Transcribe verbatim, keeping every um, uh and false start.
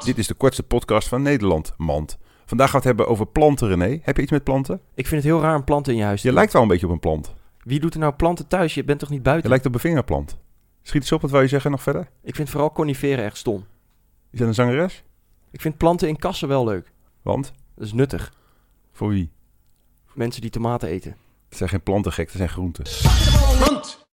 Dit is de kortste podcast van Nederland, Mand. Vandaag gaan we het hebben over planten, René. Heb je iets met planten? Ik vind het heel raar om planten in je huis te Je doen. lijkt wel een beetje op een plant. Wie doet er nou planten thuis? Je bent toch niet Je buiten? lijkt op een vingerplant. Schiet eens op, wat wil je zeggen nog verder? Ik vind vooral coniferen echt stom. Is dat een zangeres? Ik vind planten in kassen wel leuk. Want? Dat is nuttig. Voor wie? Mensen die tomaten eten. Het zijn geen planten gek, het zijn groenten. Mand!